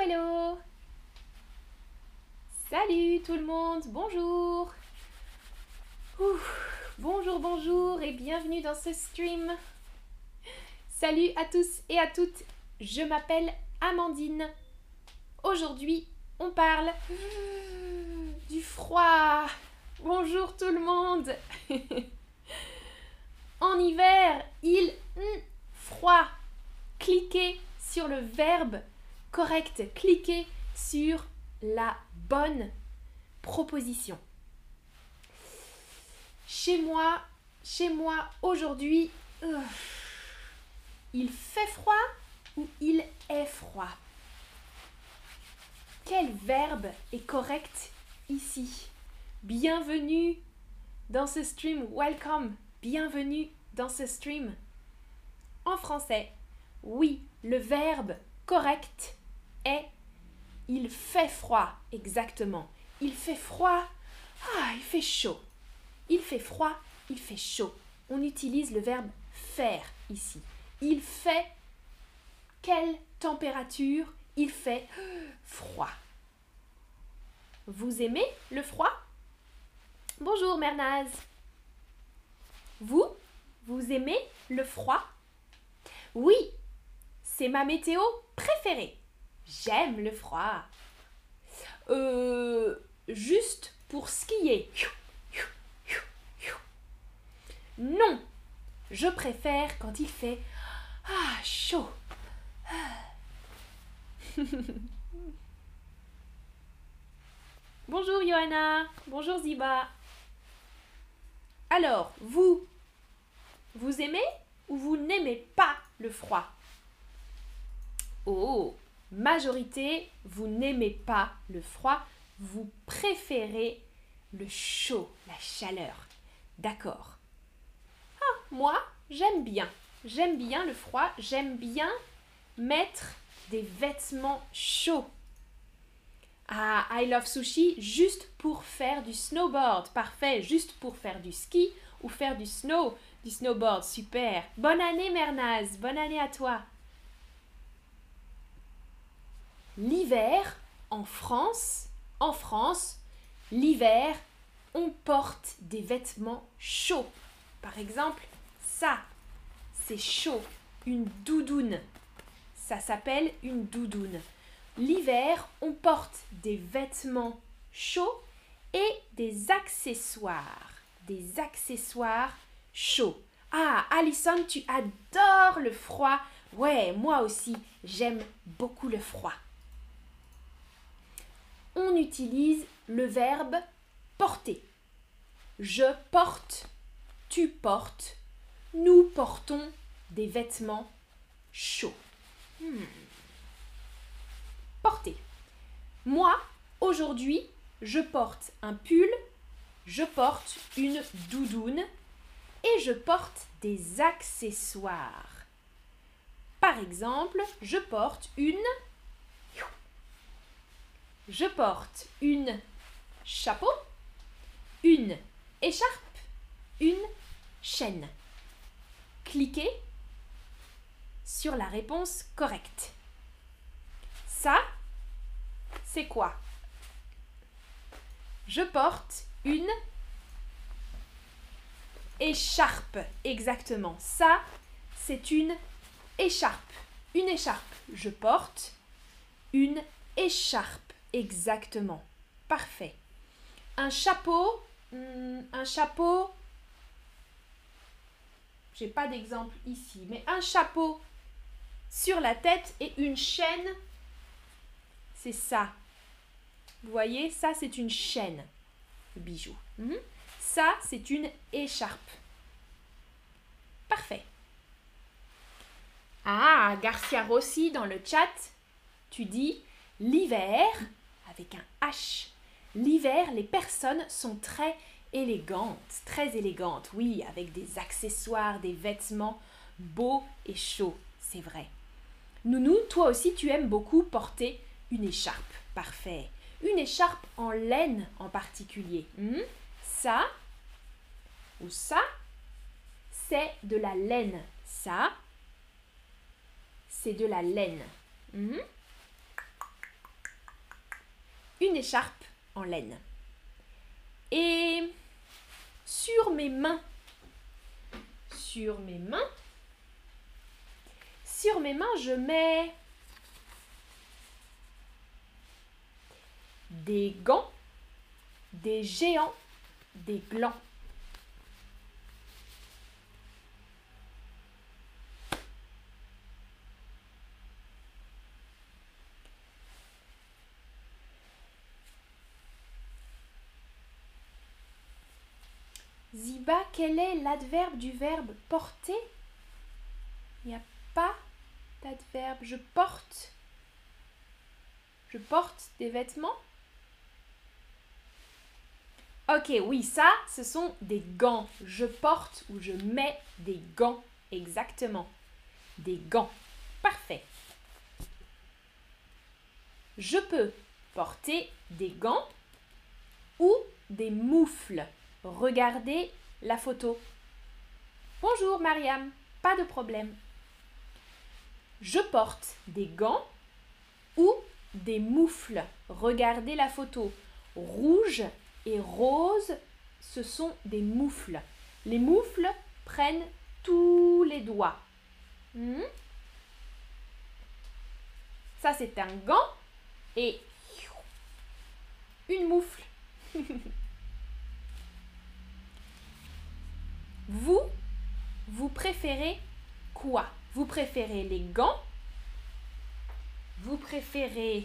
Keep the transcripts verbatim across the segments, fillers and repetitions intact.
hello! Salut tout le monde, bonjour! Ouf, bonjour, bonjour et bienvenue dans ce stream. Salut à tous et à toutes, je m'appelle Amandine. Aujourd'hui, on parle du froid. Bonjour tout le monde. En hiver, il mm, froid. Cliquez sur le verbe correct. Cliquez sur la bonne proposition. Chez moi, chez moi aujourd'hui, euh, il fait froid ou il est froid? Quel verbe est correct ici? Bienvenue dans ce stream. Welcome. Bienvenue dans ce stream. En français, oui, le verbe correct est il fait froid. Exactement. Il fait froid. Ah, il fait chaud. Il fait froid, il fait chaud. On utilise le verbe faire ici. Il fait quelle température? Il fait froid. Vous aimez le froid? Bonjour Mernaz. Vous, vous aimez le froid? Oui, c'est ma météo préférée. J'aime le froid. Euh, juste pour skier. Non, je préfère quand il fait ah, chaud. Bonjour Johanna, bonjour Ziba. Alors, vous, vous aimez ou vous n'aimez pas le froid? Oh, majorité, vous n'aimez pas le froid, vous préférez le chaud, la chaleur. D'accord. Ah, moi, j'aime bien. J'aime bien le froid, j'aime bien mettre des vêtements chauds. Ah, I love sushi juste pour faire du snowboard. Parfait, juste pour faire du ski ou faire du snow, du snowboard. Super. Bonne année Mernaz, bonne année à toi. L'hiver, en France, en France, l'hiver, on porte des vêtements chauds. Par exemple, ça, c'est chaud, une doudoune. Ça s'appelle une doudoune. L'hiver, on porte des vêtements chauds et des accessoires. Des accessoires chauds. Ah, Alison, tu adores le froid. Ouais, moi aussi, j'aime beaucoup le froid. On utilise le verbe porter. Je porte, tu portes, nous portons des vêtements chauds. Hmm. Porter. Moi, aujourd'hui, je porte un pull, je porte une doudoune et je porte des accessoires. Par exemple, je porte une... Je porte une chapeau, une écharpe, une chaîne. Cliquez sur la réponse correcte. Ça, c'est quoi? Je porte une écharpe. Exactement. Ça, c'est une écharpe. Une écharpe. Je porte une écharpe. Exactement. Parfait. Un chapeau. Hmm, un chapeau. J'ai pas d'exemple ici, mais un chapeau sur la tête et une chaîne. C'est ça. Vous voyez, ça c'est une chaîne, le bijou. Mmh. Ça c'est une écharpe. Parfait. Ah, Garcia Rossi dans le chat, tu dis l'hiver, avec un H. L'hiver, les personnes sont très élégantes, très élégantes. Oui, avec des accessoires, des vêtements beaux et chauds, c'est vrai. Nounou, toi aussi tu aimes beaucoup porter une écharpe, parfait. Une écharpe en laine en particulier. Hmm? Ça ou ça, c'est de la laine. Ça, c'est de la laine. Hmm? une écharpe en laine. Et sur mes mains, sur mes mains, sur mes mains, je mets des gants, des géants, des glands. Ziba, quel est l'adverbe du verbe porter? Il n'y a pas d'adverbe. Je porte. Je porte des vêtements. Ok, oui, ça, ce sont des gants. Je porte ou je mets des gants. Exactement. Des gants. Parfait. Je peux porter des gants ou des moufles. Regardez la photo. Bonjour Mariam, pas de problème. Je porte des gants ou des moufles. Regardez la photo. Rouge et rose, ce sont des moufles. Les moufles prennent tous les doigts. Hmm? Ça, c'est un gant et une moufle. Vous, vous préférez quoi? Vous préférez les gants? Vous préférez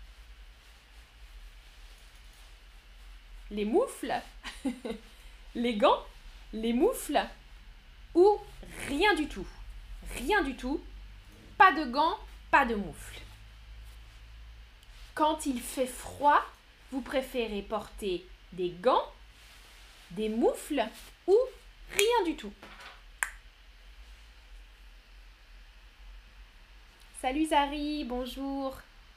les moufles? Les gants? Les moufles? Ou rien du tout? Rien du tout. Pas de gants, pas de moufles. Quand il fait froid, vous préférez porter des gants, des moufles ou rien du tout? Salut Zari, bonjour.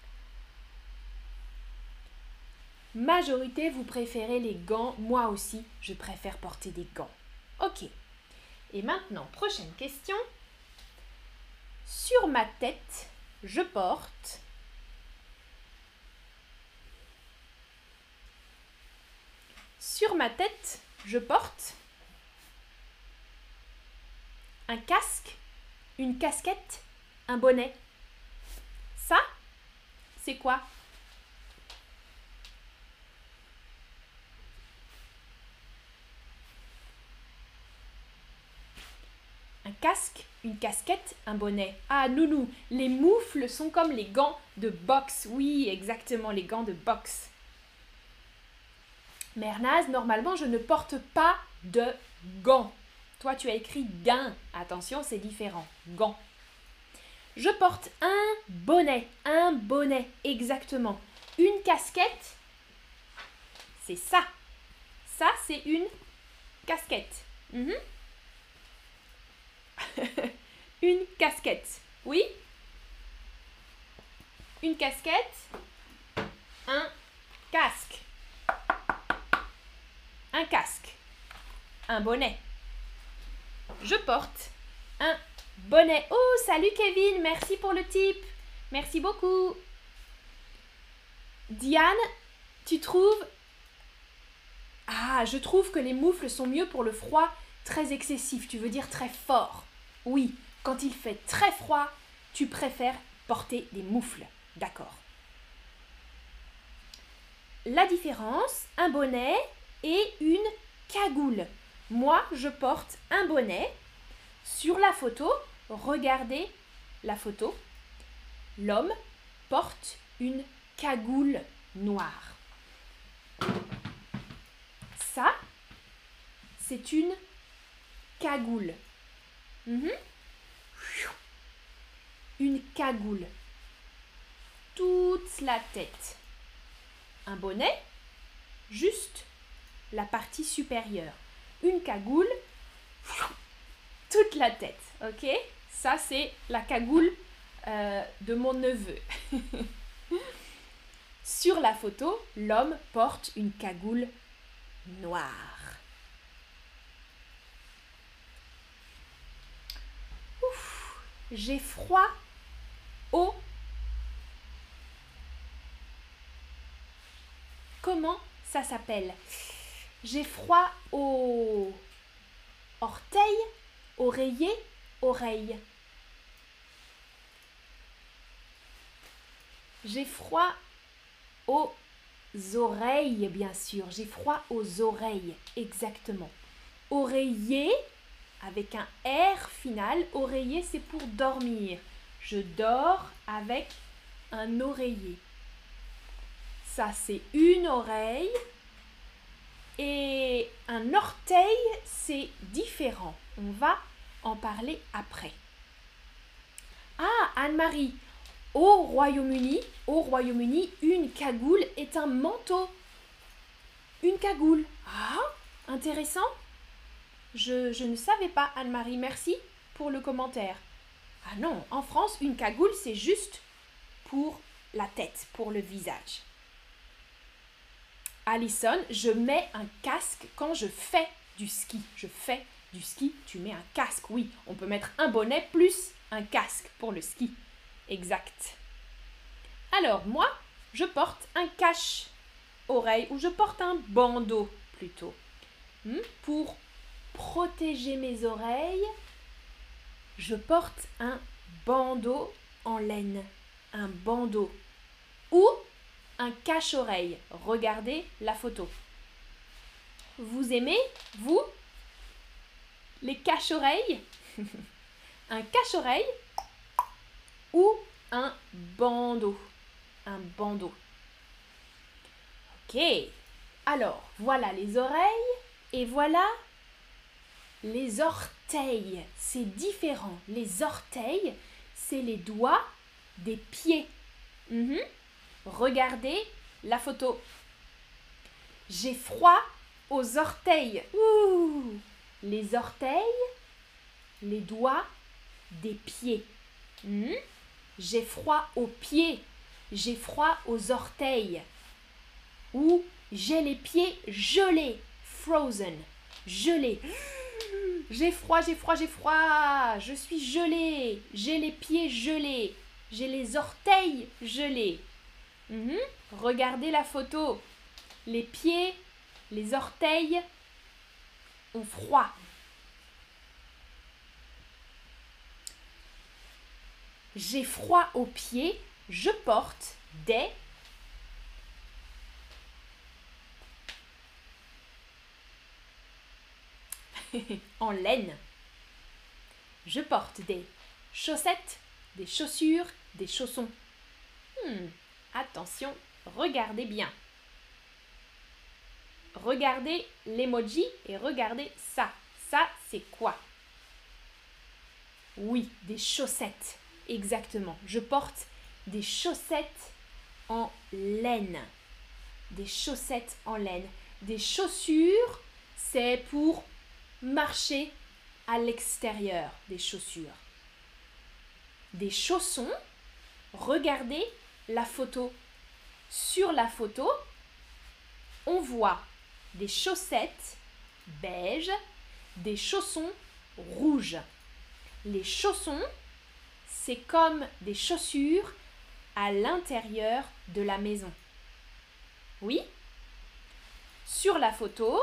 Majorité, vous préférez les gants. Moi aussi, je préfère porter des gants. Ok. Et maintenant, prochaine question. Sur ma tête, je porte Sur ma tête, je porte un casque, une casquette, un bonnet. Ça, c'est quoi? Un casque, une casquette, un bonnet. Ah, nounou, les moufles sont comme les gants de boxe. Oui, exactement, les gants de boxe. Mernaz, normalement, je ne porte pas de gants. Toi, tu as écrit gain. Attention, c'est différent. Gants. Je porte un bonnet. Un bonnet, exactement. Une casquette, c'est ça. Ça, c'est une casquette. Mm-hmm. Une casquette. Oui? Une casquette. Un casque. Un casque. Un bonnet. Je porte un bonnet. Oh, salut Kevin, merci pour le tip. Merci beaucoup. Diane, tu trouves... Ah, je trouve que les moufles sont mieux pour le froid très excessif. Tu veux dire très fort. Oui, quand il fait très froid, tu préfères porter des moufles. D'accord. La différence, un bonnet et une cagoule. Moi, je porte un bonnet. Sur la photo, regardez la photo. L'homme porte une cagoule noire. Ça, c'est une cagoule. Mmh. Une cagoule. Toute la tête. Un bonnet, juste la partie supérieure. Une cagoule, toute la tête. Ok? Ça, c'est la cagoule euh, de mon neveu. Sur la photo, l'homme porte une cagoule noire. Ouf, j'ai froid au comment ça s'appelle? J'ai froid aux orteils, oreiller, oreille. J'ai froid aux oreilles, bien sûr. J'ai froid aux oreilles, exactement. Oreiller, avec un R final. Oreiller, c'est pour dormir. Je dors avec un oreiller. Ça, c'est une oreille. Et un orteil, c'est différent. On va en parler après. Ah, Anne-Marie, au Royaume-Uni, au Royaume-Uni, une cagoule est un manteau. Une cagoule. Ah, intéressant. Je, je ne savais pas, Anne-Marie. Merci pour le commentaire. Ah non, en France, une cagoule, c'est juste pour la tête, pour le visage. Alison, je mets un casque quand je fais du ski. Je fais du ski, tu mets un casque. Oui, on peut mettre un bonnet plus un casque pour le ski. Exact. Alors, moi, je porte un cache-oreille ou je porte un bandeau plutôt. Hmm? Pour protéger mes oreilles, je porte un bandeau en laine. Un bandeau. Ou un cache-oreille. Regardez la photo. Vous aimez, vous, les cache-oreilles? Un cache-oreille ou un bandeau? Un bandeau. Ok. Alors, voilà les oreilles et voilà les orteils. C'est différent. Les orteils, c'est les doigts des pieds. Mm-hmm. Regardez la photo. J'ai froid aux orteils. Ouh! Les orteils, les doigts des pieds. Hmm? J'ai froid aux pieds. J'ai froid aux orteils. Ou j'ai les pieds gelés. Frozen. Gelés. J'ai froid, j'ai froid, j'ai froid. Je suis gelée. J'ai les pieds gelés. J'ai les orteils gelés. Mm-hmm. Regardez la photo. Les pieds, les orteils ont froid. J'ai froid aux pieds. Je porte des en laine. Je porte des chaussettes, des chaussures, des chaussons. Hmm. Attention, regardez bien. Regardez l'emoji et regardez ça. Ça, c'est quoi? Oui, des chaussettes. Exactement. Je porte des chaussettes en laine. Des chaussettes en laine. Des chaussures, c'est pour marcher à l'extérieur. Des chaussures. Des chaussons, regardez la photo. Sur la photo, on voit des chaussettes beige, des chaussons rouges. Les chaussons, c'est comme des chaussures à l'intérieur de la maison. Oui? Sur la photo,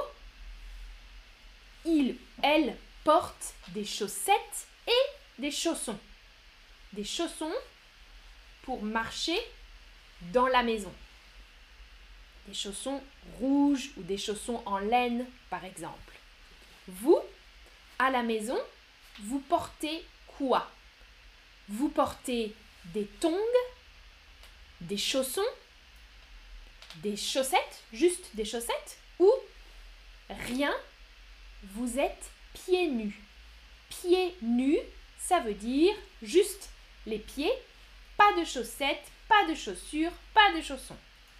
il, elle porte des chaussettes et des chaussons. Des chaussons pour marcher dans la maison. Des chaussons rouges ou des chaussons en laine, par exemple. Vous, à la maison, vous portez quoi? Vous portez des tongs, des chaussons, des chaussettes, juste des chaussettes, ou rien, vous êtes pieds nus. Pieds nus, ça veut dire juste les pieds, pas de chaussettes, pas de chaussures, pas de chaussons.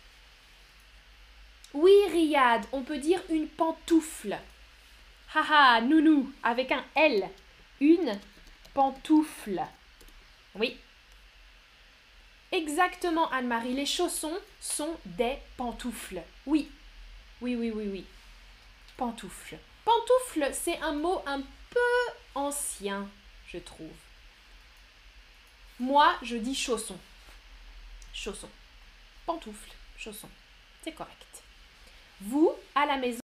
Oui, Riyad, on peut dire une pantoufle. Haha, nounou, avec un L. Une pantoufle. Oui. Exactement, Anne-Marie. Les chaussons sont des pantoufles. Oui. Oui, oui, oui, oui. Pantoufle. Pantoufle, c'est un mot un peu ancien, je trouve. Moi, je dis chausson. Chausson. Pantoufle, chausson. C'est correct. Vous, à la maison,